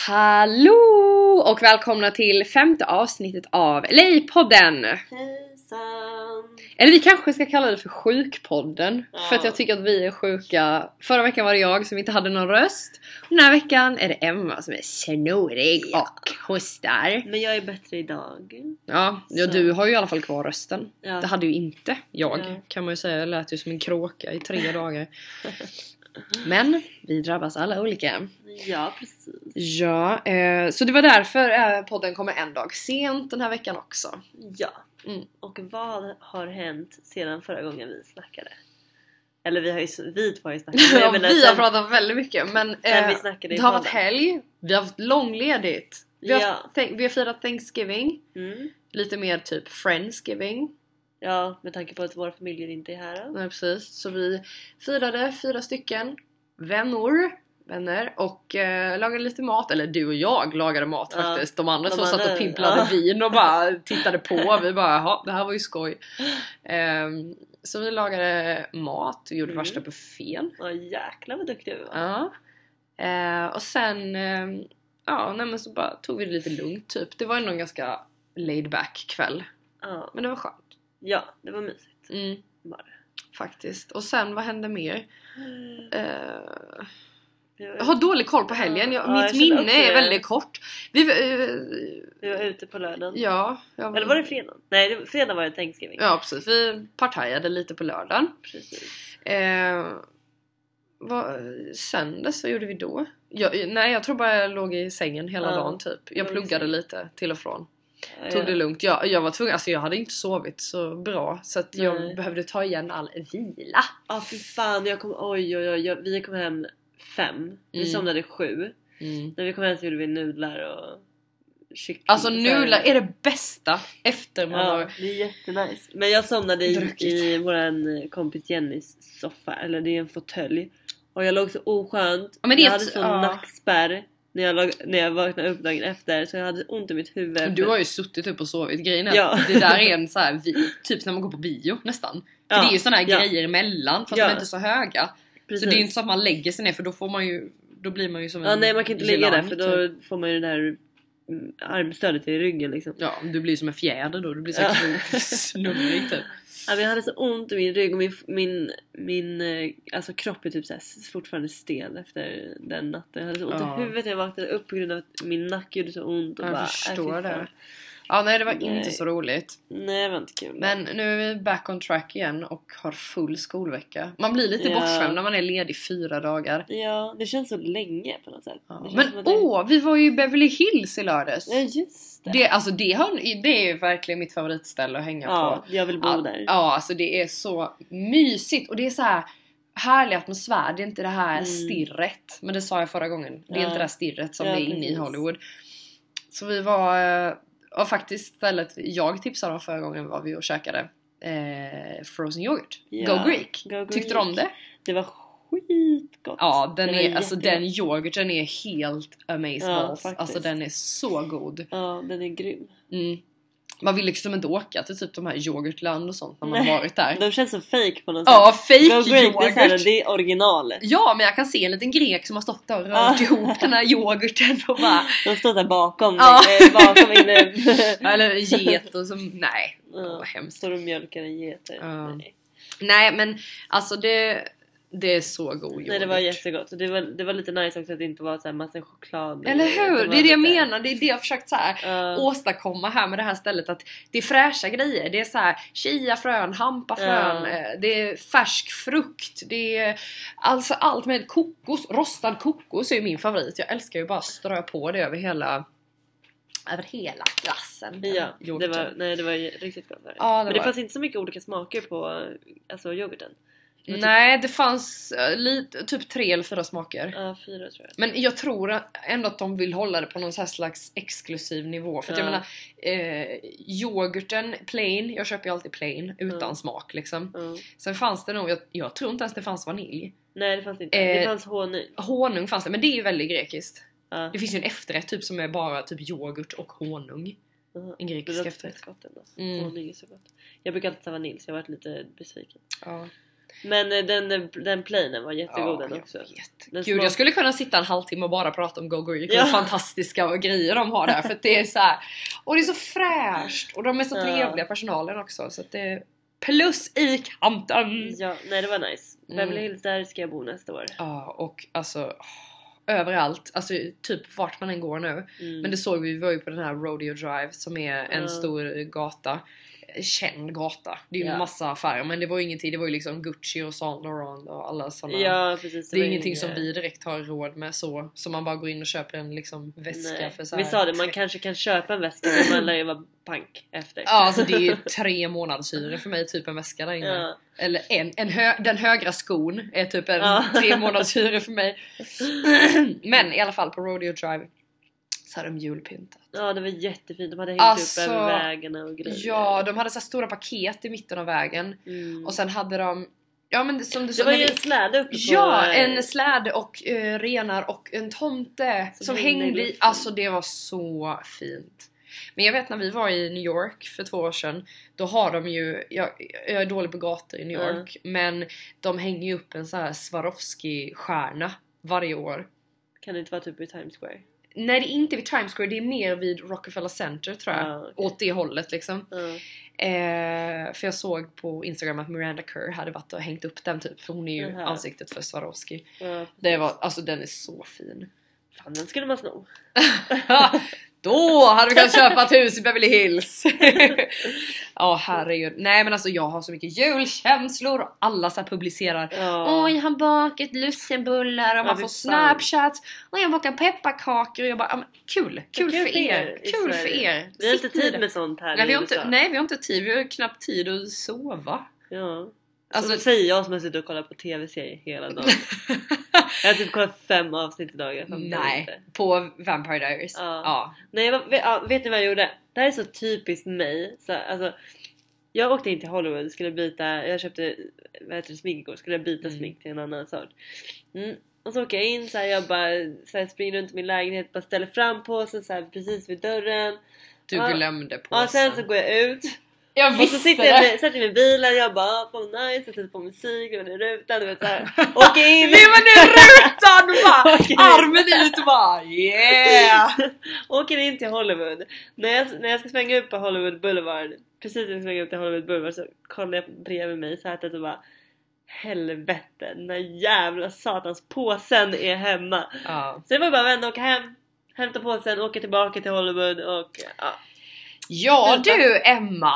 Hallå och välkomna till 5:e avsnittet av LA-podden. Hejsan. Eller vi kanske ska kalla det för sjukpodden. Ja. För att jag tycker att vi är sjuka. Förra veckan var det jag som inte hade någon röst. Den här veckan är det Emma som är snorig och hostar. Men jag är bättre idag. Ja, du har ju i alla fall kvar rösten. Ja. Det hade ju inte jag, Ja. kan man ju säga. Jag lät ju som en kråka i 3 dagar. Men vi drabbas alla olika. Ja, precis. Ja, så det var därför podden kommer en dag sent den här veckan också. Ja. Mm. Och vad har hänt sedan förra gången vi snackade? Eller vi två har ju snackat. Men Ja, jag menar, vi har pratat väldigt mycket. Men sen vi snackade i det har varit podden. helg. Vi har haft långledigt. Vi har, Ja. vi har firat Thanksgiving. Mm. Lite mer typ Friendsgiving. Ja, med tanke på att våra familjer inte är här. Nej, precis. Så vi firade 4 stycken vänner och lagade lite mat. Eller du och jag lagade mat faktiskt. De andra som satt och pimplade vin och bara tittade på. Vi bara, jaha, det här var ju skoj. Så vi lagade mat och gjorde värsta buffén. Ja, jäklar vad duktig du var. Ja. Och sen men så bara tog vi det lite lugnt typ. Det var ändå en ganska laid back kväll. Ja. Men det var skönt. Ja, det var mysigt. Bara. Faktiskt. Och sen, vad hände mer? Jag har dålig koll på helgen. Mitt minne är väldigt kort. Vi var ute på lördagen. Ja. Eller var det fredag? Nej, fredag var det Thanksgiving. Ja, precis. Vi partajade lite på lördagen. Precis. Söndags, vad gjorde vi då? Jag tror bara jag låg i sängen hela dagen typ. Jag pluggade lite till och från. Tog det lugnt. Jag var tvungen, alltså jag hade inte sovit så bra. Så att jag behövde ta igen all vila. Ja, fy fan. Vi kom hem 5. Vi somnade 7. När vi kom hem så gjorde vi nudlar och kyckling. Alltså nudlar är det bästa efter man har... det är jättenice. Men jag somnade i våran kompis Jennys soffa. Eller det är en fåtölj. Och jag låg så oskönt. Men jag hade sån nackspärr när jag vaknade upp dagen efter. Så jag hade ont i mitt huvud. Men du har ju suttit upp och sovit. Grejen är det där är en så här typ när man går på bio nästan. För det är ju såna här grejer emellan. Fast de är inte så höga. Precis. Så det är ju inte så att man lägger sig ner. För då blir man ju som en... nej, man kan inte ligga där. För då får man ju det där armstödet i ryggen liksom. Ja, du blir som en fjäder då. Du blir så snurrig typ. Ja, jag hade så ont i min rygg. Och min alltså kropp är typ så här fortfarande stel efter den natten. Jag hade så ont i huvudet när jag vaknade upp på grund av att min nacke gjorde så ont. Och jag förstår det. Ja, nej, det var inte så roligt. Nej, det var inte kul. Men nu är vi back on track igen och har full skolvecka. Man blir lite bortskämd när man är ledig 4 dagar. Ja, det känns så länge på något sätt. Ja. Men vi var ju i Beverly Hills i lördags. Ja, just det. Det är verkligen mitt favoritställe att hänga på. Ja, jag vill bo där. Ja, alltså det är så mysigt. Och det är så här härlig atmosfär. Det är inte det här stirret. Men det sa jag förra gången. Det är inte det här stirret som det är inne i Hollywood. Så vi var... Och faktiskt stället jag tipsade om förra gången var vi och käkade frozen yoghurt. Go Greek. Tyckte du om det? Det var skitgott. Ja, den yoghurten är helt amazing. Alltså den är så god. Ja, den är grym. Man vill liksom inte åka till typ de här yoghurtland och sånt när man varit där. De känns så fake på något sätt. Ja, fake yoghurt. Det är originalet. Ja, men jag kan se en liten grek som har stått där och rört ihop den här yoghurten och bara... De står där bakom. Bakom inne. Eller get och som... Nej, vad hemskt. Står och mjölkar en get. Nej, men alltså det är så god yoghurt. Nej, det var jättegott. Och det var lite nice också att det inte var så här massa choklad. Eller hur? Det är det jag menar. Det är det jag har försökt så här åstadkomma här med det här stället. Att det är fräscha grejer. Det är så här chiafrön, hampafrön. Det är färsk frukt. Det är alltså allt med kokos. Rostad kokos är ju min favorit. Jag älskar ju bara strö på det över hela glassen. Ja, det var riktigt gott. Men det fanns inte så mycket olika smaker på yoghurten. Nej, det fanns typ 3 eller 4 smaker. Ja, 4 tror jag. Men jag tror ändå att de vill hålla det på någon så här slags exklusiv nivå. För att jag menar, yoghurten plain, jag köper ju alltid plain utan smak liksom. Sen fanns det nog, jag tror inte ens det fanns vanilj. Nej, det fanns inte. Det fanns honung. Honung fanns det, men det är ju väldigt grekiskt. Det finns ju en efterrätt typ som är bara typ yoghurt och honung. En grekisk efterrätt. Honung är så gott. Jag brukar alltid ta vanilj, så jag har varit lite besviken. Ja. Men den planen var jättegod den också. Gud, jag skulle kunna sitta en halvtimme och bara prata om Go Greek och fantastiska grejer de har där. För att det är så här, och det är så fräscht. Och de är så trevliga personalen också. Så att det är plus i kanten. Ja, nej det var nice. Beverly Hills, där ska jag bo nästa år. Ja, och alltså överallt, alltså typ vart man än går nu. Men det såg vi var ju på den här Rodeo Drive som är en stor gata, känd gata. Det är ju en massa affärer, men det var ju ingenting, det var ju liksom Gucci och Saint Laurent och alla sådana. Ja, precis. Det är ingenting som vi direkt har råd med så man bara går in och köper en liksom väska för så här. Vi sa det, man kanske kan köpa en väska men man lär ju vara pank efter. Ja, alltså det är ju 3 månadshyra för mig typ en väska där inne. Ja. Eller den högra skon är typ en 3 månadshyra för mig. Men i alla fall på Rodeo Drive så hade de julpyntat. Ja, det var jättefint. De hade hängt upp över vägarna och grejer. Ja, de hade så här stora paket i mitten av vägen. Och sen hade de men som det var ju en släde uppe på. Ja, en släde och renar och en tomte som hängde i. Alltså det var så fint. Men jag vet när vi var i New York för 2 år sedan, då har de ju, jag är dålig på gator i New York, men de hänger ju upp en så här Swarovski-stjärna varje år. Kan det inte vara typ vid Times Square? Nej, det är inte vid Times Square, det är mer vid Rockefeller Center tror jag. Okay. Åt det hållet liksom. För jag såg på Instagram att Miranda Kerr hade varit och hängt upp den typ, för hon är ju ansiktet för Swarovski. Det var, alltså den är så fin. Fan, den skulle man sno. Då hade vi kunnat köpa ett hus i Beverly Hills. Ja, herregud. Nej, men alltså jag har så mycket julkänslor och alla så här publicerar. Oj, han bakat lussenbullar och man får Snapchats. Och jag bakar pepparkakor och jag bara, kul för er. Kul för er. Vi har inte tid med sånt här. Nej, vi har inte tid. Vi har knappt tid att sova. Ja. Alltså så säger jag som har suttit och kollat på tv-serier hela dagen. Jag har typ kollat 5 avsnitt idag. Nej, på Vampire Diaries. Ja. Nej, vet ni vad jag gjorde? Det här är så typiskt mig. Så, alltså, jag åkte in till Hollywood, skulle byta. Jag köpte smink igår, skulle jag byta smink till en annan sort. Och så åker jag in, så här, jag bara så här, springer runt i min lägenhet, bara ställer fram påsen så här, precis vid dörren. Du glömde påsen. Ja, sen så går jag ut. Och så sätter jag mig i bilen, jag bara på nice, jag sätter på musik, jag är rutan, du vet såhär. Åker in. Vi var i rutan, bara armen ut och bara yeah. Åker in till Hollywood. När jag ska svänga upp på Hollywood Boulevard, precis när jag ska svänga upp till Hollywood Boulevard, så kollar jag bredvid mig så här och bara, helvete, den där jävla satans påsen är hemma. Så det var bara vända och åka hem, hämta påsen, åka tillbaka till Hollywood och Ja du Emma.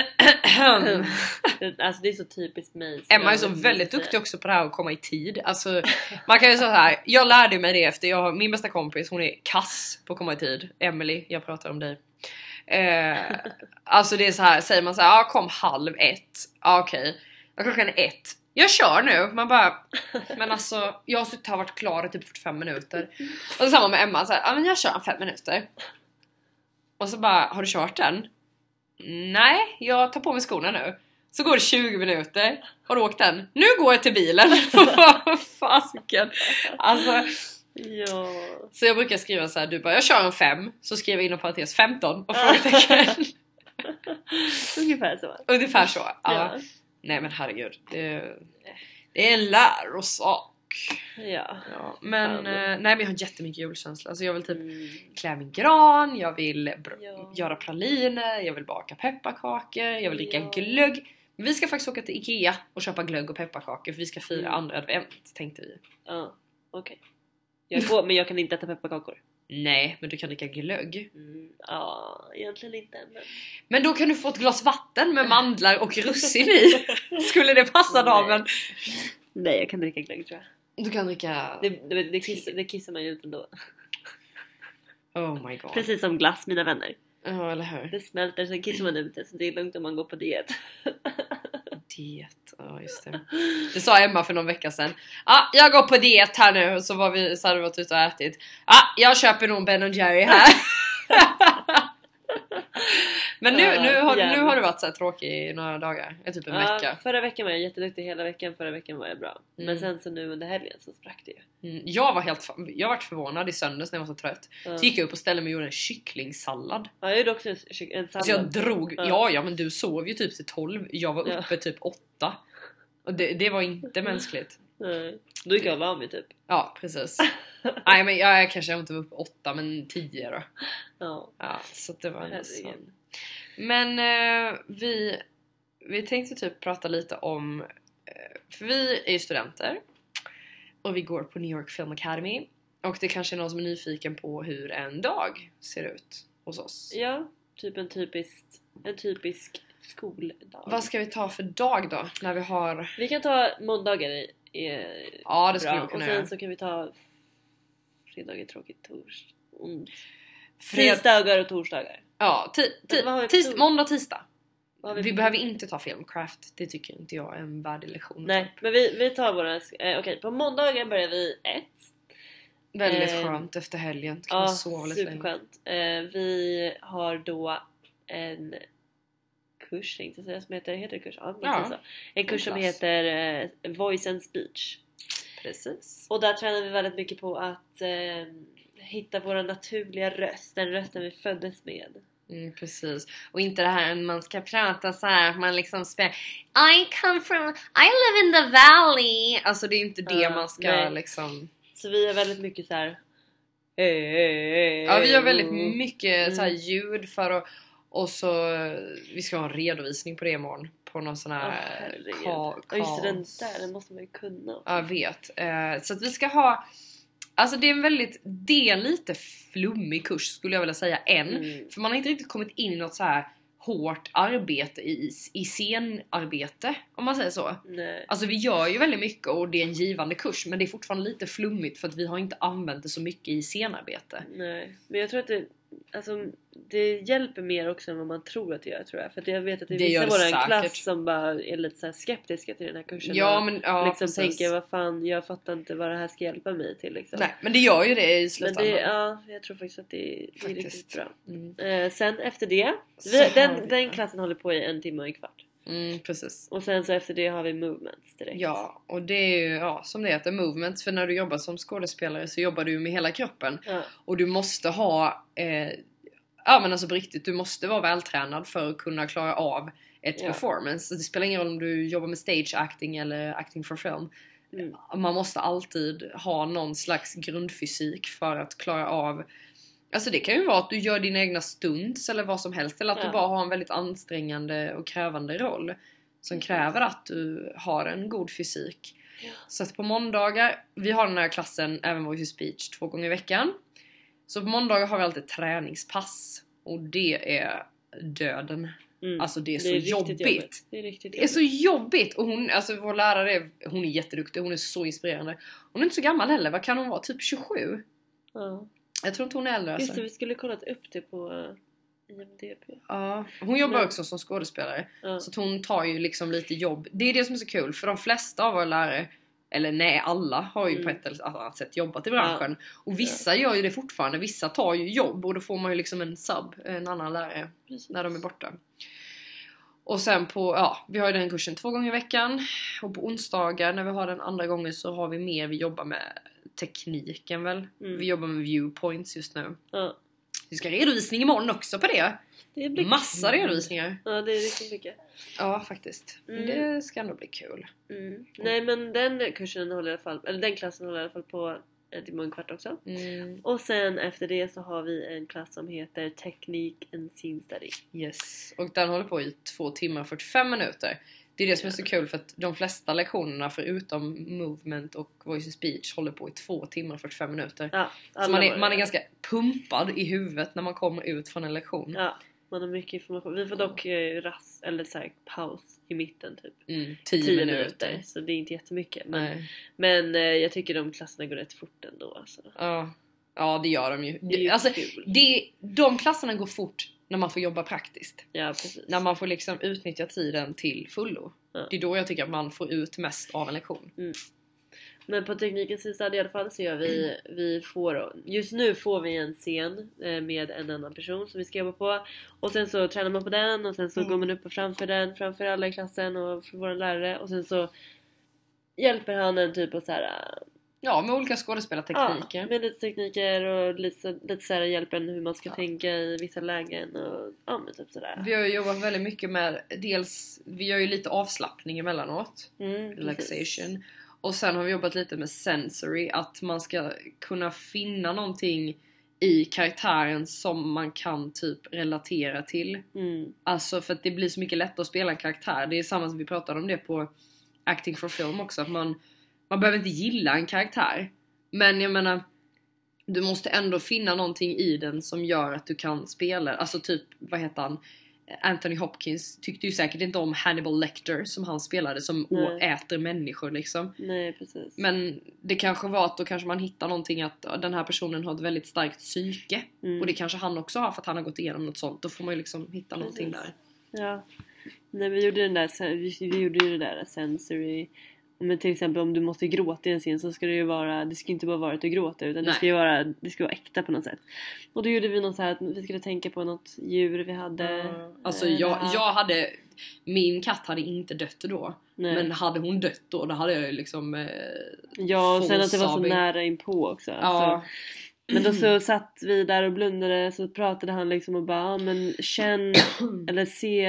Alltså det är så typiskt mig. Emma är så väldigt duktig också på det här att komma i tid. Alltså man kan ju säga så här. Jag lärde mig det efter min bästa kompis, hon är kass på att komma i tid. Emily, jag pratar om dig. Alltså det är så här, säger man så här, kom 12:30. Okej. Klockan är 1. Jag kör nu. Man bara, men alltså jag har varit klar i typ 45 minuter. Och så samma med Emma så här, men jag kör 5 minuter. Och så bara, har du kört den? Nej, jag tar på mig skorna nu. Så går det 20 minuter. Har du åkt den? Nu går jag till bilen. Fasiken. Alltså. Ja. Så jag brukar skriva så här, du bara, jag kör en 5. Så skriver jag inom parentes 15. Och frågetecken. Ungefär så. Ja. Nej men herregud. Det är en lärosak. Ja. Men nej, men jag har jättemycket julkänsla. Alltså jag vill typ klä min gran, jag vill göra praliner, jag vill baka pepparkakor, jag vill dricka glögg. Men vi ska faktiskt åka till Ikea och köpa glögg och pepparkakor, för vi ska fira andra advent, tänkte vi. Ja, okej. Men jag kan inte äta pepparkakor. Nej, men du kan dricka glögg. Ja, egentligen inte. Men då kan du få ett glas vatten med mandlar och russin i. Skulle det passa damen? Nej, jag kan dricka glögg tror jag. Du kan dricka... Det kissar man ju ut ändå. Oh my god. Precis som glass, mina vänner. Ja, eller hur? Det smälter, sen kissar man ut det. Så det är lugnt om man går på diet. Diet, ja just det. Det sa Emma för någon vecka sedan. Jag går på diet här nu. Så hade vi varit ute och ätit. Jag köper nog Ben & Jerry här. Men nu har du varit så här tråkig i några dagar. Typ en vecka. Förra veckan var jag jätteduktig hela veckan. Förra veckan var jag bra. Men sen så nu under helgen så sprack det ju. Jag var förvånad i söndags när jag var så trött. Så gick jag upp och ställde mig och gjorde en kycklingsallad. Ja, jag gjorde också en sallad. Så jag drog. Ja, men du sov ju typ till 12. Jag var uppe typ 8. Och det var inte mänskligt. Nej. Då gick jag av mig typ. Ja, precis. Nej, men jag kanske inte var uppe 8, men 10 då. Ja, så det var ändå så. Men vi tänkte typ prata lite om, för vi är ju studenter och vi går på New York Film Academy, och det kanske är någon som är nyfiken på hur en dag ser ut hos oss. Ja, typ en typisk skoldag. Vad ska vi ta för dag då? När vi har... Vi kan ta måndagar ja, det skulle vi kunna och sen göra. så kan vi ta fredagar, tråkigt, tisdagar och torsdagar. Ja, måndag, tisdag. Vi behöver inte ta filmcraft. Det tycker inte jag är en värdig lektion. Nej, men vi tar våra... Okej, på måndagen börjar vi 1. Väldigt skönt efter helgen. Kan man sova lite superskönt. Vi har då en kurs, tänkte jag säga, som heter kurs? Ja, så. En kurs som heter Voice and Speech. Precis. Och där tränar vi väldigt mycket på att hitta vår naturliga röst. Den rösten vi föddes med. Precis. Och inte det här man ska prata så här att man liksom spelar I live in the valley. Alltså det är inte det man ska liksom... Så vi är väldigt mycket så här. Ja, vi har väldigt mycket så här ljud för att... Och så vi ska ha en redovisning på det imorgon. På någon sån här just den där, den måste man ju kunna. Jag vet. Så att vi ska ha... Alltså det är en lite flummig kurs skulle jag vilja säga För man har inte riktigt kommit in i något så här hårt arbete i scenarbete, om man säger så. Nej. Alltså vi gör ju väldigt mycket och det är en givande kurs, men det är fortfarande lite flummigt för att vi har inte använt det så mycket i scenarbete. Nej, men jag tror att det hjälper mer också än vad man tror att det gör, tror jag. För att jag vet att det vissa våra en klass som bara är lite så här skeptiska till den här kursen. Ja, men liksom tänker, vad fan, jag fattar inte vad det här ska hjälpa mig till liksom. Nej, men det gör ju det i slutändan. Jag tror faktiskt att det är riktigt bra. Sen efter det den klassen håller på i 1 timme och en kvart. Precis. Och sen så efter det har vi movements direkt. Ja, och det är ju som det heter, movements. För när du jobbar som skådespelare så jobbar du med hela kroppen. Och du måste ha men alltså på riktigt, du måste vara vältränad för att kunna klara av ett performance. Så det spelar ingen roll om du jobbar med stage acting eller acting for film. Man måste alltid ha någon slags grundfysik för att klara av. Alltså det kan ju vara att du gör dina egna stunts eller vad som helst. Eller att du bara har en väldigt ansträngande och krävande roll som kräver att du har en god fysik. Så att på måndagar, vi har den här klassen även Voice Speech 2 gånger i veckan. Så på måndagar har vi alltid träningspass. Och det är döden. Alltså det är så jobbigt. Det är så jobbigt. Och hon, alltså vår lärare, hon är jätteduktig. Hon är så inspirerande. Hon är inte så gammal heller. Vad kan hon vara? Typ 27? Ja. Jag tror inte hon är äldre. Just det, vi skulle kollat upp det på IMDb. Ja, hon jobbar också som skådespelare. Så att hon tar ju liksom lite jobb. Det är det som är så kul. För de flesta av våra lärare, eller nej, alla har ju på ett eller annat sätt jobbat i branschen. Och vissa gör ju det fortfarande. Vissa tar ju jobb och då får man ju liksom en annan lärare. Precis. När de är borta. Och sen vi har ju den kursen 2 gånger i veckan. Och på onsdagar när vi har den andra gången så har vi mer, vi jobbar med tekniken väl. Vi jobbar med viewpoints just nu. Vi ska ha redovisning imorgon också på det. Det blir massa redovisningar. Ja, det är riktigt mycket. Ja, faktiskt. Det ska ändå bli kul. Nej, men den kursen håller i alla fall, eller den klassen håller i alla fall på 1 timme och en kvart också. Och sen efter det så har vi en klass som heter Technique and Scene Study. Yes, och den håller på i 2 timmar och 45 minuter. Det är det som är så kul för att de flesta lektionerna förutom movement och voice and speech håller på i 2 timmar och 45 minuter. Så man är ganska pumpad i huvudet när man kommer ut från en lektion. Ja, man har mycket information. Vi får dock eller så här, paus i mitten typ. 10 minuter. Så det är inte jättemycket. Men jag tycker de klasserna går rätt fort ändå. Alltså. Ja, det gör de ju. De klasserna går fort när man får jobba praktiskt. Ja, precis. När man får liksom utnyttja tiden till fullo. Det är då jag tycker att man får ut mest av en lektion. Men på teknikens sida i alla fall så gör vi får, just nu får vi en scen med en annan person som vi ska jobba på. Och sen så tränar man på den och sen så går man upp och framför alla i klassen och för våra lärare. Och sen så hjälper han en typ att så här, Ja, med olika skådespelartekniker. Ja, med lite tekniker och lite så här hjälpen hur man ska tänka i vissa lägen och men typ sådär. Vi har ju jobbat väldigt mycket med, dels, vi gör ju lite avslappning emellanåt. Relaxation. Och sen har vi jobbat lite med sensory, att man ska kunna finna någonting i karaktären som man kan typ relatera till. Alltså för att det blir så mycket lättare att spela en karaktär. Det är samma som vi pratade om det på Acting for Film också, att man behöver inte gilla en karaktär, men jag menar, du måste ändå finna någonting i den som gör att du kan spela. Alltså typ, vad heter han? Anthony Hopkins tyckte ju säkert inte om Hannibal Lecter som han spelade, som äter människor liksom. Nej, precis. Men det kanske var att då kanske man hittar någonting, att den här personen har ett väldigt starkt psyke. Och det kanske han också har, för att han har gått igenom något sånt. Då får man ju liksom hitta någonting där. Ja. Nej, vi gjorde ju det där sensory. Men till exempel om du måste gråta i en scen, så ska det ju vara, det ska inte bara vara att du gråter, utan det ska vara äkta på något sätt. Och då gjorde vi något så här att vi skulle tänka på något djur vi hade. Alltså jag hade, min katt hade inte dött då. Nej. Men hade hon dött då hade jag liksom ja, och sen att det var så nära inpå också. Alltså, men då så satt vi där och blundade, så pratade han liksom och bara, men känn eller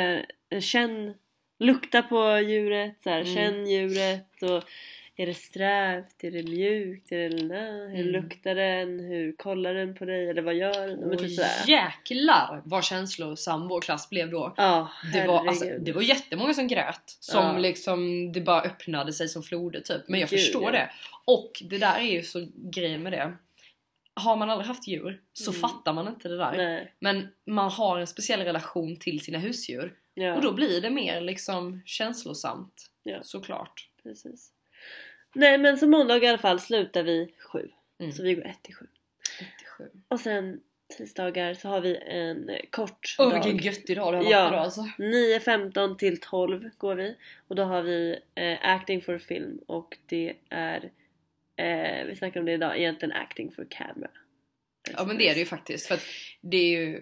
känn, lukta på djuret så här, känn djuret, och är det strävt, är det mjukt, hur luktar den, hur kollar den på dig, eller vad gör den? Jäklar vad känslosam vår klass blev då. Det var jättemånga som grät, som liksom, det bara öppnade sig som floder typ. Men jag förstår det. Och det där är ju så grejen med det. Har man aldrig haft djur så fattar man inte det där. Nej. Men man har en speciell relation till sina husdjur. Ja. Och då blir det mer liksom känslosamt. Ja. Såklart. Precis. Nej, men som måndag i alla fall slutar vi 7. Så vi går 1-7. 1-7. Och sen tisdagar så har vi en kort dag. Vilken göttig dag det har varit idag alltså. 9:15 till 12 går vi. Och då har vi acting for film. Och det är vi snackar om det idag, egentligen acting for camera. Ja, men det är det ju faktiskt. För att det är ju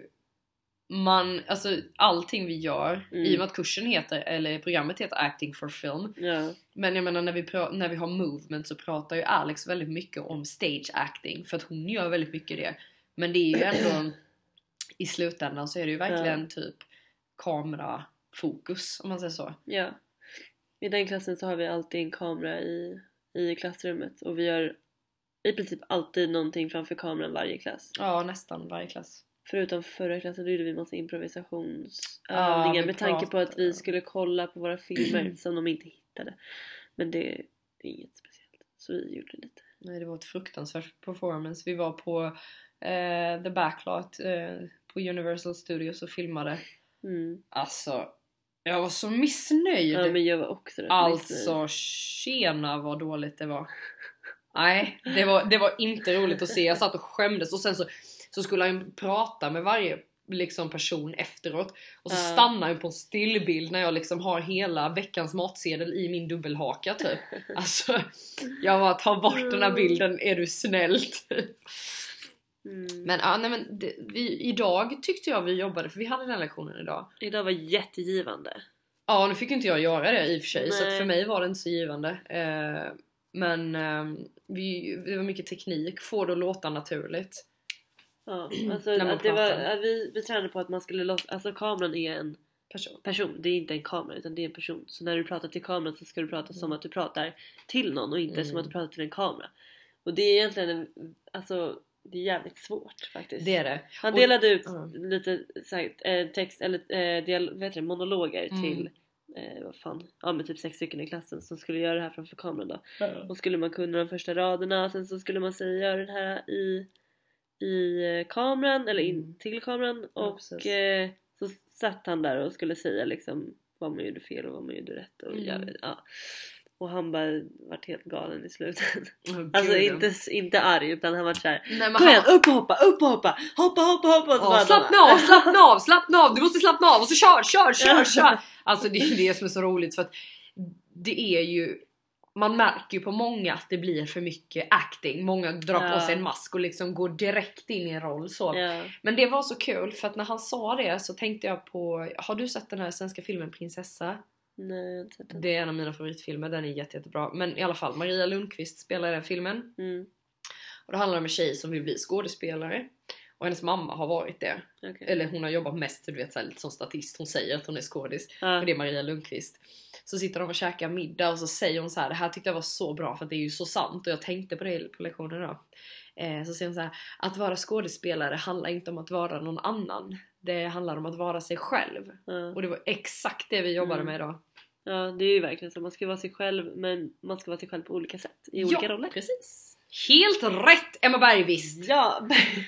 alltså allting vi gör, i och med att kursen heter, eller programmet heter Acting for Film. Men jag menar, när vi har movement så pratar ju Alex väldigt mycket om stage acting, för att hon gör väldigt mycket det. Men det är ju ändå i slutändan så är det ju verkligen typ kamerafokus, om man säger så. Ja. I den klassen så har vi alltid en kamera i klassrummet, och vi gör i princip alltid någonting framför kameran varje klass. Ja, nästan varje klass. Förutom förra klassen då gjorde vi massa improvisationsövningar med tanke på att vi skulle kolla på våra filmer som de inte hittade. Men det är inget speciellt. Så vi gjorde lite. Nej, det var ett fruktansvärt performance. Vi var på The Backlot på Universal Studios och filmade. Alltså, jag var så missnöjd. Ja, men jag var också rätt missnöjd. Tjena vad dåligt det var. Nej, det var inte roligt att se. Jag satt och skämdes, och sen så skulle han prata med varje liksom person efteråt. Och så stannar jag på en stillbild när jag liksom har hela veckans matsedel i min dubbelhaka typ. Alltså, jag bara, ta bort den här bilden, är du snäll typ. Men idag tyckte jag vi jobbade, för vi hade den lektionen idag. Idag var jättegivande. Ja, nu fick inte jag göra det i och för sig. Så att för mig var det inte så givande. Men det var mycket teknik, få det att låta naturligt. Ja, alltså att det var, vi tränade på att man skulle alltså kameran är en person. Det är inte en kamera, utan det är en person. Så när du pratar till kameran så ska du prata som att du pratar till någon, och inte som att du pratar till en kamera. Och det är egentligen alltså det är jävligt svårt faktiskt. Det är det. Han delade ut lite text eller monologer till med typ 6 stycken i klassen som skulle göra det här framför kameran då. Och skulle man kunna de första raderna, och sen så skulle man säga göra det här i kameran eller in till kameran, och så satt han där och skulle säga liksom vad man gjorde fel och vad man gjorde rätt, och och han bara vart helt galen i slutet. Alltså inte arg, utan han var såhär, kom igen, upp och hoppa och så slappna av, du måste slappna av, och så kör. Alltså det är det som är så roligt, för att det är ju, man märker ju på många att det blir för mycket acting. Många drar på sig en mask och liksom går direkt in i en roll så. Men det var så kul, för att när han sa det så tänkte jag på, har du sett den här svenska filmen Prinsessa? Nej, jag har inte sett den. Det är en av mina favoritfilmer, den är jättebra. Men i alla fall, Maria Lundqvist spelar i den filmen. Och det handlar om en tjej som vill bli skådespelare. Och hennes mamma har varit det. Okay. Eller hon har jobbat mest, du vet, så här, lite som statist. Hon säger att hon är skådis. Och det är Maria Lundqvist. Så sitter de och käkar middag och så säger hon så här: det här tyckte jag var så bra för att det är ju så sant. Och jag tänkte på det på lektionen då. Så säger hon så här: att vara skådespelare handlar inte om att vara någon annan. Det handlar om att vara sig själv. Och det var exakt det vi jobbade med då. Ja, det är ju verkligen så. Man ska vara sig själv, men man ska vara sig själv på olika sätt. I olika roller. Precis. Helt rätt, Emma Bergqvist. Ja.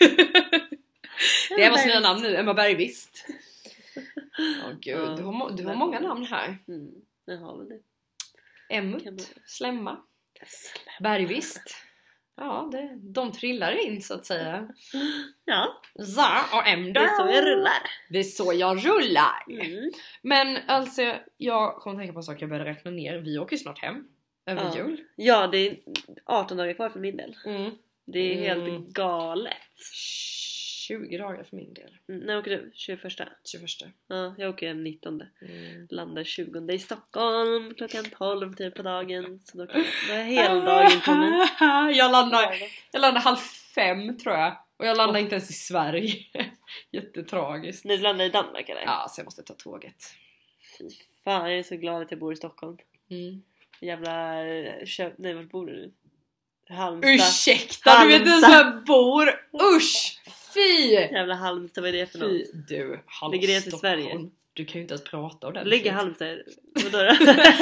Det är vad nya namn nu, Emma Bergqvist. Gud, du har många namn här. Jag har väl det. Emmut, Slemma, Bergqvist. Ja, de trillar in så att säga. Ja. Och Emda. Det är så jag rullar. Det är så jag rullar. Men alltså, jag kommer tänka på en sak jag började räkna ner. Vi åker snart hem. Över jul. Ja, det är 18 dagar kvar för min del. Det är helt galet. 20 dagar för min del. När åker du? 21? 21. Ja, jag åker 19. Landar 20 i Stockholm klockan 12 typ på dagen. Så då är heldagen kommen. Jag landar 4:30 tror jag. Och jag landar inte ens i Sverige. Jättetragiskt. Nu landar i Danmark eller? Ja, så jag måste ta tåget. Fy fan, jag är så glad att jag bor i Stockholm. Jävla nej, vart bor du nu? Halmstad. Ursäkta, du vet inte ens var jag bor. Usch, fy. Jävla Halmstad, vad är det för något? Du, Halmstad. Ligger det i Sverige? Du kan ju inte ens prata om det. Ligger Halmstad? Vadå då?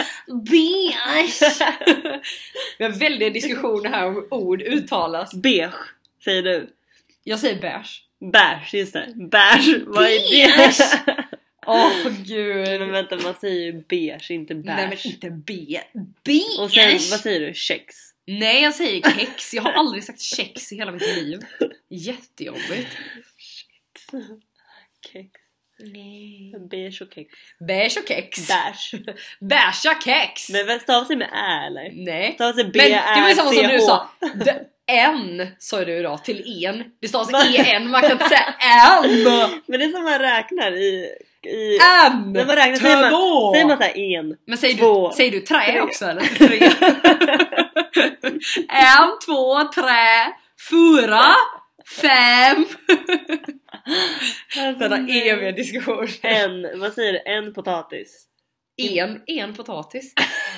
Beige. Vi har väldigt diskussioner här om ord uttalas. Beige, säger du. Jag säger beige. Beige, just det. Beige, vad är det? Gud. Men vänta, man säger ju beige, inte beige. Nej, men inte beige. Och sen, vad säger du? Kex? Nej, jag säger kex. Jag har aldrig sagt kex i hela mitt liv. Jättejobbigt. Kex. Nej. Beige och kex. Beige och kex. Beige. Beige kex. Men stavas det med ä eller? Nej. Stavas det B-ä-c-h. Men det var samma som du sa. En sa du idag till en. Det stavas en. Man kan inte säga en. Men det är som man räknar i en. När man räknar säger man såhär en. Men säger du trä tre. också eller? 1, 2, 3, 4, 5. Denna eviga diskussion. Vad säger du? En potatis. En potatis.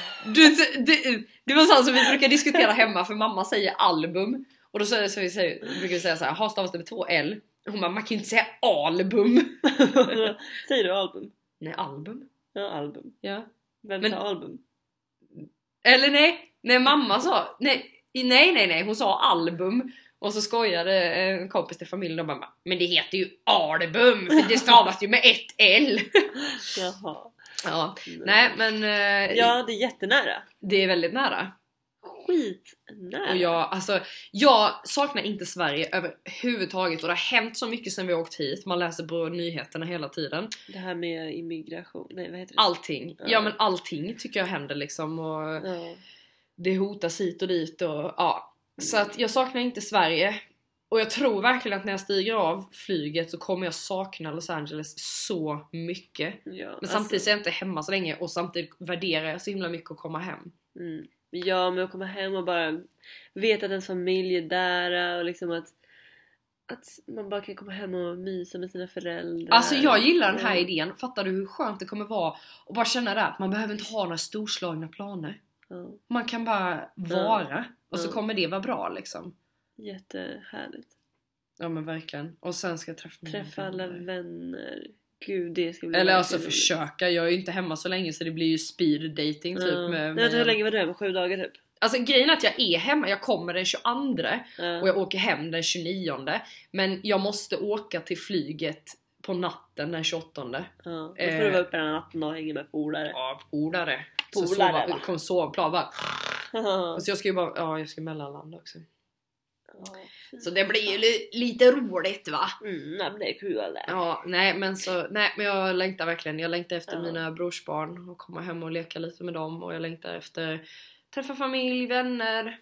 Det var så som vi brukar diskutera hemma. För mamma säger album. Och då brukar vi säga så här: har stavas det med 2 L? Hon bara, man kan ju inte säga album. Säger du album? Nej, album. Ja, album. Ja. Vem sa album? Eller nej, mamma sa nej, hon sa album. Och så skojade en kompis till familjen och bara, men det heter ju album för det stavas ju med 1 L. Jaha. Ja, nej men ja, det är jättenära. Det är väldigt nära. Skitnära. Och jag saknar inte Sverige överhuvudtaget. Och det har hänt så mycket sen vi åkt hit. Man läser på nyheterna hela tiden. Det här med immigration, nej vad heter det? Allting, ja men allting tycker jag händer liksom. Och det hotas hit och dit och så att jag saknar inte Sverige. Och jag tror verkligen att när jag stiger av flyget så kommer jag sakna Los Angeles så mycket. Ja, men samtidigt så är jag inte hemma så länge. Och samtidigt värderar jag så himla mycket att komma hem. Ja, men att komma hem och bara veta att ens familj är där. Och liksom att man bara kan komma hem och mysa med sina föräldrar. Alltså jag gillar den här idén. Fattar du hur skönt det kommer vara? Och bara känna det att man behöver inte ha några storslagna planer. Man kan bara vara. Och så kommer det vara bra liksom. Jättehärligt. Ja men verkligen. Och sen ska jag träffa alla vänner. Gud, det ska bli. Eller alltså försöka. Jag är ju inte hemma så länge så det blir ju speed dating typ. Hur länge var du hemma? 7 dagar typ? Alltså grejen är att jag är hemma. Jag kommer den 22 och jag åker hem den 29. Men jag måste åka till flyget på natten den 28. Ja, då får du vara uppe den natten och hänga med polare. Ja, polare. Polare, kommer sova bara. Så jag ska ju bara, jag ska mellanlanda också. Så det blir ju lite roligt va? Det är kul. Ja, men jag längtar verkligen. Jag längtar efter mina brorsbarn och komma hem och leka lite med dem. Och jag längtar efter träffa familj, vänner.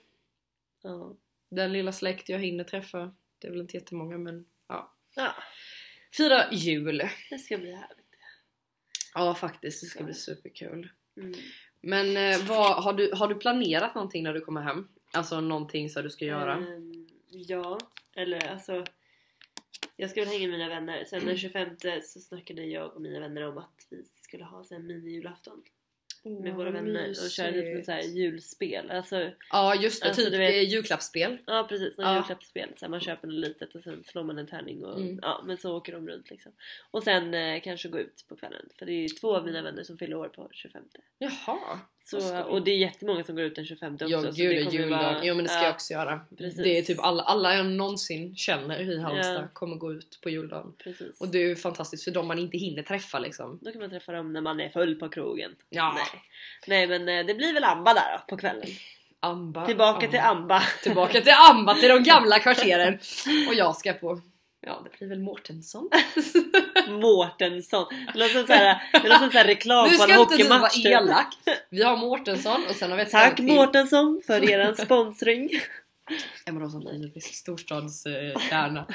Den lilla släkt jag hinner träffa. Det är väl inte jättemånga men ja. Fira jul. Det ska bli härligt. Ja, faktiskt. Det ska bli superkul. Mm. Men har du planerat någonting när du kommer hem? Alltså någonting som du ska göra? Ja, eller alltså jag ska väl hänga med mina vänner. Sen den 25 så snackade jag och mina vänner om att vi skulle ha en mini-julafton med våra vänner och köra lite så här julspel. Alltså, ja, just det. alltså, typ du vet, julklappsspel. Ja, precis. Julklappsspel. Så här, man köper något litet och sen slår man en tärning och men så åker de runt liksom. Och sen kanske gå ut på kvällen. För det är 2 av mina vänner som fyller år på 25. Jaha. Så, och det är jättemånga som går ut den 25 också. Ja, så gud, det kommer juldagen. vara, Jo, men det ska jag också göra. Precis. Det är typ alla jag någonsin känner i Halmstad kommer gå ut på juldagen. Precis. Och det är ju fantastiskt för de man inte hinner träffa liksom. Då kan man träffa dem när man är full på krogen. Ja. Nej, men det blir väl Amba där då, på kvällen. Amba. Tillbaka till Amba. Tillbaka till Amba, till de gamla kvarteren. Och jag ska på... Ja, det blir väl Mårtensson. Mårtensson. Det låter så här reklam nu på en ska inte du vara hockeymatch. elak. Vi har Mårtensson och sen har vi ett Tack till. Mårtensson för eran sponsring. Emma Rosson är storstadskärna.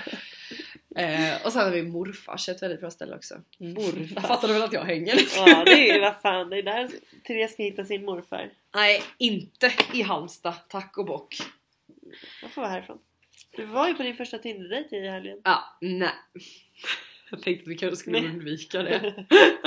Och sen har vi morfars, ett väldigt bra ställe också. Morfar. Fattar du väl att jag hänger? Ja, det är vad fan. Det är där Therese ska hitta sin morfar. Nej, inte i Halmstad. Tack och bock. Jag får vara härifrån. Du var ju på din första Tinder-dejt i helgen. Ja, nej. Jag tänkte att vi kanske skulle undvika det.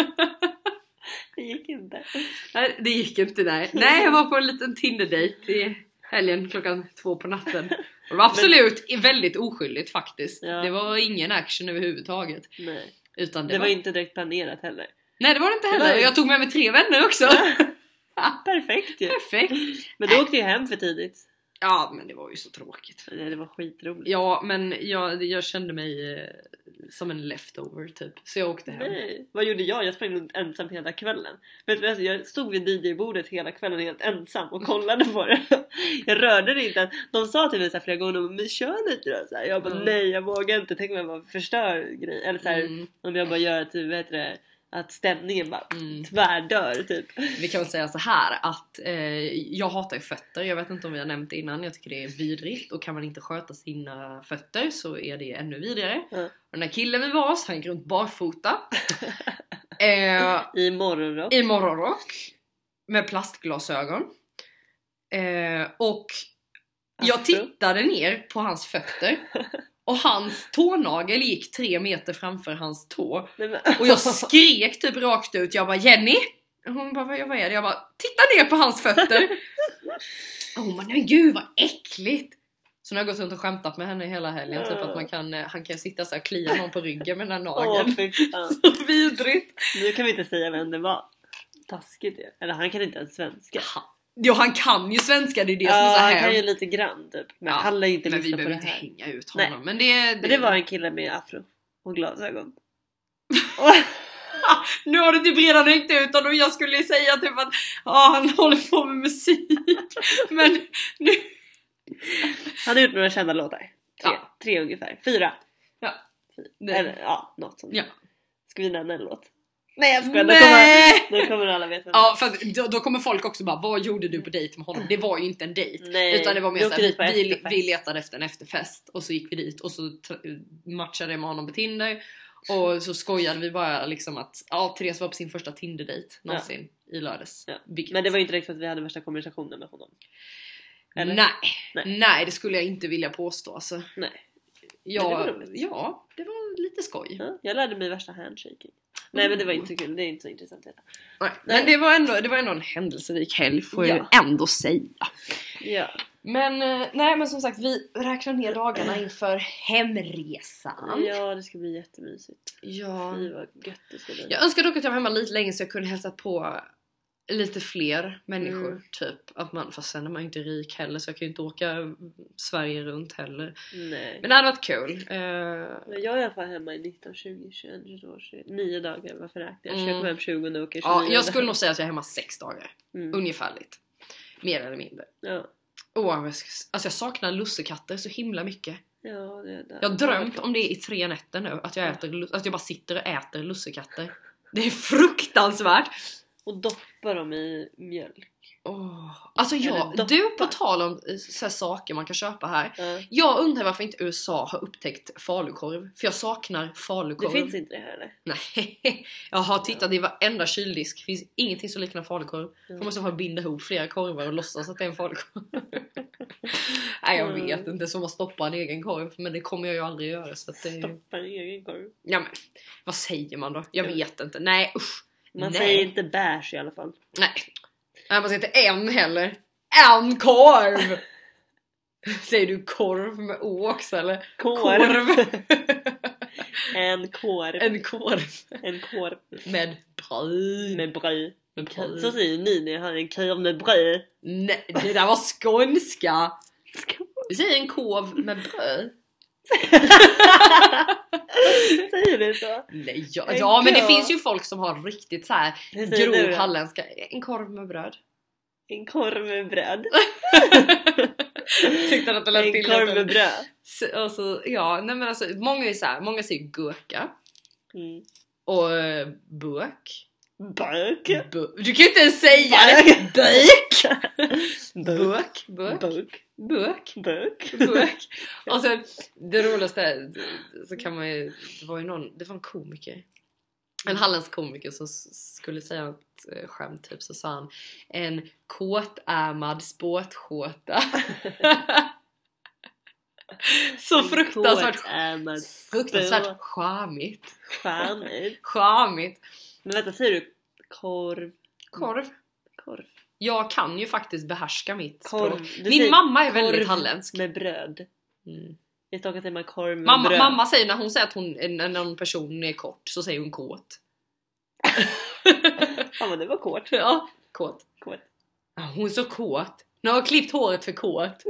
Det gick inte. Nej, det gick inte, nej. Nej, jag var på en liten Tinder-dejt i helgen 2:00 på natten. Och det var absolut väldigt oskyldigt faktiskt. Ja. Det var ingen action överhuvudtaget. Nej. Utan Det var inte direkt planerat heller. Nej, det var det inte heller. Jag tog med mig 3 vänner också. Perfekt ju. Perfekt. Men du åkte ju hem för tidigt. Ja, men det var ju så tråkigt. Det var skitroligt. Ja, men jag kände mig som en leftover typ. Så jag åkte hem. Nej, vad gjorde jag? Jag sprang runt ensam hela kvällen. Vet du, alltså, jag stod vid DJ-bordet hela kvällen helt ensam och kollade på det. Jag rörde det inte. De sa till mig så här flera gånger, men kör lite då. Så här. Jag bara, nej jag vågar inte. Tänk om jag bara förstör grejer. Eller så här, om jag bara gör typ, vad heter det, att stämningen bara tvärdör typ. Vi kan väl säga så här att jag hatar ju fötter. Jag vet inte om vi har nämnt det innan. Jag tycker det är vidrigt. Och kan man inte sköta sina fötter så är det ännu vidrigare. Och den här killen vi var så han gick runt barfota. I morgonrock. I morgonrock. Med plastglasögon. Och jag tittade ner på hans fötter. Och hans tånagel gick 3 meter framför hans tå. Och jag skrek typ rakt ut. Jag bara, Jenny! Och hon bara, vad är det? Jag bara, titta ner på hans fötter! Och hon bara, men gud vad äckligt! Så nu har jag gått runt och skämtat med henne hela helgen. Typ att han kan sitta så här och klia någon på ryggen med den här nageln. Så vidrigt! Nu kan vi inte säga vem det var. Taskigt ju. Eller han kan inte ens svenska. Jo, han kan ju svenska, det är det som är så här. Han kan ju lite grann typ. Men alla inte men vi lyssna på det behöver här. inte hänga ut honom. Nej. Men det var en kille med afro och glasögon. Nu har du typ redan hängt ut honom och jag skulle säga typ att han håller på med musik. Men nu... Han har gjort några kända låtar. 3 ungefär. 4. Ja. Eller något sånt. Ja. Ska vi nämna en låt? Nej jag skojar, då kommer alla veta. Ja, för då kommer folk också bara, vad gjorde du på dejt med honom? Det var ju inte en dejt. Nej, utan det var mer såhär, vi letade efter en efterfest. Och så gick vi dit och så matchade jag med honom på Tinder. Och så skojade vi bara liksom att Therese var på sin första Tinder-dejt någonsin i lördags. Men det var ju inte direkt för att vi hade värsta konversationen med honom. Eller? Nej, det skulle jag inte vilja påstå alltså. Nej. Det var lite skoj. Jag lärde mig värsta handshaking. Nej men det var inte så kul, det är inte så intressant heller. Nej. Men det var ändå en händelserik helg får jag ändå säga. Ja. Men som sagt, vi räknar ner dagarna inför hemresan. Ja, det ska bli jättemysigt. Ja. Fy vad gött det ska bli. Jag önskar dock att jag var hemma lite länge så jag kunde hälsa på lite fler människor typ. Fast sen är man inte rik heller så jag kan ju inte åka Sverige runt heller. Nej. Men det hade varit kul. Jag är i alla fall hemma i 19, 20, 21, 22, 9 dagar. Varför räknar jag? Jag kommer hem 20 och åker 29. Ja, jag skulle nog säga att jag är hemma 6 dagar. Ungefärligt. Mer eller mindre. Ja. Alltså jag saknar lussekatter så himla mycket. Ja, det. Jag har drömt om det i 3 nätter nu. Att jag bara sitter och äter lussekatter. Det är fruktansvärt. Och doppar dem i mjölk. Alltså Eller du på tal om så här saker man kan köpa här. Jag undrar varför inte USA har upptäckt falukorv. För jag saknar falukorv. Det finns inte det här eller? Nej, jag har tittat i varenda kyldisk. Det finns ingenting som liknar falukorv. Jag måste bara binda ihop flera korvar och låtsas att det är en falukorv. Nej, jag vet inte, som att stoppa en egen korv. Men det kommer jag ju aldrig göra, så att det... Stoppa en egen korv? Ja, men vad säger man då? Jag vet inte. Nej, usch. Man säger inte bärs i alla fall. Nej, man säger inte en heller. En korv! Säger du korv med å också, eller? Korv. En korv. En korv. En korv. Med bröd. Med bröd. Med bröd. Så säger ni när jag har en korv med bröd. Nej, det där var skånska. Vi säger en korv med bröd. Säger du så? Nej, ja men det finns ju folk som har riktigt så här grov halländska. En korv med bröd. En korv med bröd. Tyckte att det lät en korv med bröd. Alltså, ja, nej men alltså många är så här, många säger gurka. Och bök. Bök. Du kan ju inte ens säga det. Bök. Bök. Och sen det roligaste så kan man ju, det var en komiker. En halländsk komiker som skulle säga ett skämt typ, så sa han en kåtärmad spåtskåta. Så fruktansvärt charmigt. Men vänta, säger du korv? Jag kan ju faktiskt behärska mitt korv. språk. Min mamma är väldigt halländsk. Med bröd. I Stockholm säger man korv med bröd. Mamma säger när hon säger att när någon person är kort så säger hon kåt. Ja, men det var kåt. Ja, kåt. Hon är så kåt. Nu har jag klippt håret för kåt.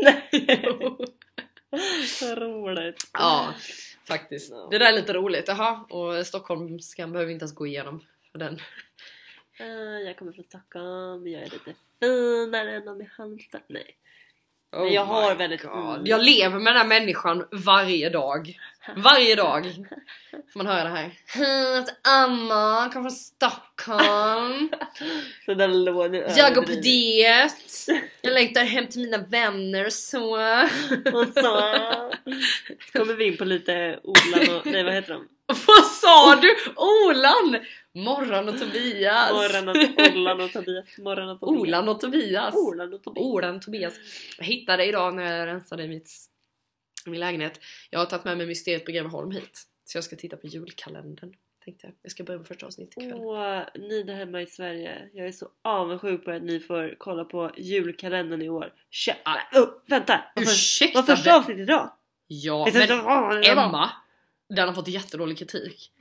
Så roligt. Ja, faktiskt. Det där är lite roligt. Jaha, och Stockholmskan behöver inte ens gå igenom för den. Jag kommer från Stockholm. Jag är lite finare än de i Halmstad. Nej. Men jag har väldigt... Jag lever med den här människan varje dag. Varje dag får man höra det här. Anna kommer från Stockholm. Så där låg nu. Jag går på diet. Jag längtar hem till mina vänner och så. Och så kommer vi in på lite Olan och... Nej, vad heter de? Vad sa du? Olan! Morran och Tobias. Olan och Tobias. Jag hittade idag när jag rensade min lägenhet. Jag har tagit med mig Mysteriet på Greveholm hit. Så jag ska titta på julkalendern. Tänkte jag. Jag ska börja med första avsnittet ikväll. Ni där hemma i Sverige. Jag är så avundsjuk på att ni får kolla på julkalendern i år. Vänta! Vad första avsnittet idag? Ja, men Emma, den har fått jättedålig kritik.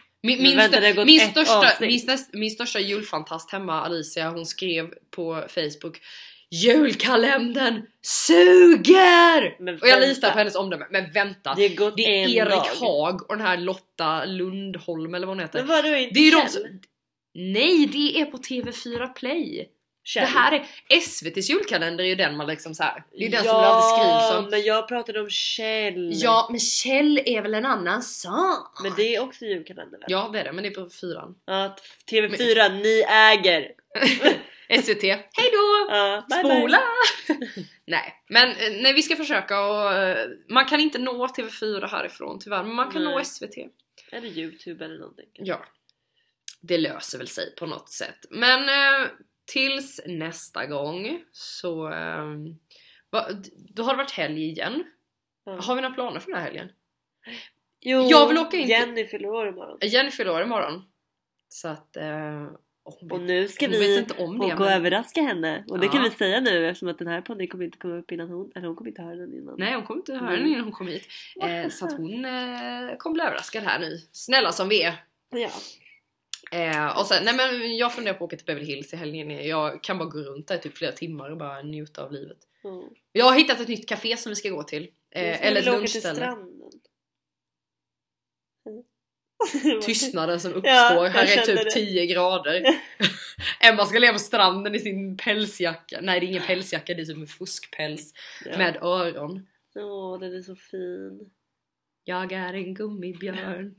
Min största julfantast hemma, Alicia, hon skrev på Facebook: julkalendern suger! Och jag litar på hennes omdöme. Men vänta, det är Erik Haag och den här Lotta Lundholm eller vad hon heter. Men var det inte det är Nej, det är på TV4 Play. Kjell. Det här är SVT:s julkalender, är ju den man liksom så här. Det är ju den som alltid skrivs om. Men jag pratade om Kjell. Ja, men Kjell är väl en annan sak. Men det är också julkalender väl? Ja, det är det, men det är på 4. Ja, TV4, ni äger. SVT, hejdå! Spola! Nej, men vi ska försöka och man kan inte nå TV4 härifrån tyvärr, men man kan nå SVT. Eller YouTube eller någonting. Ja, det löser väl sig på något sätt. Men tills nästa gång så då har det varit helg igen. Har vi några planer för den här helgen? Jo, jag vill åka in Jenny fyller år imorgon. Så att och nu ska vi gå och överraska henne. Och det kan vi säga nu, eftersom att den här podden kommer inte komma upp innan hon kommer inte höra den innan. Nej, hon kommer inte höra den innan hon kommer hit. Så att hon kommer bli överraskad här nu. Snälla som vi är. Ja. Och sen, nej men jag funderar på att åka till Beverly Hills i helgen. Jag kan bara gå runt där typ flera timmar och bara njuta av livet. Jag har hittat ett nytt café som vi ska gå till. Eller ett lunchställe. Tystnaden som uppstår. Här är typ 10 grader. Emma ska leva på stranden i sin pälsjacka. Nej, det är ingen pälsjacka, det är typ en fuskpäls med öron. Den är så fin. Jag är en gummibjörn.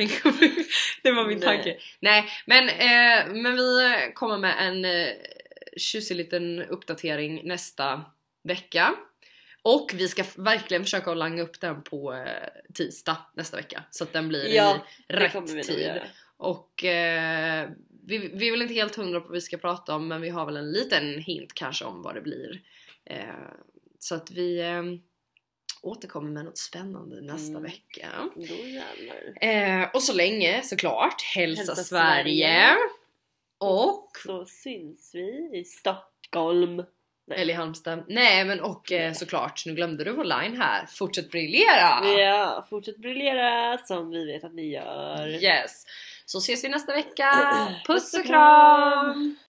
Det var min tanke. Nej, men vi kommer med en tjusig liten uppdatering nästa vecka. Och vi ska verkligen försöka att langa upp den på tisdag nästa vecka. Så att den blir i rätt tid. Och vi är väl inte helt hundra på vad vi ska prata om. Men vi har väl en liten hint kanske om vad det blir. Så att vi återkommer med något spännande nästa vecka. Då jävlar. Och så länge såklart hälsa Sverige. Och så syns vi i Stockholm. Nej. Eller i Halmstad. Nej men och såklart, nu glömde du vår line här. Fortsätt briljera! Ja, fortsätt briljera som vi vet att ni gör. Yes. Så ses vi nästa vecka. Puss och kram!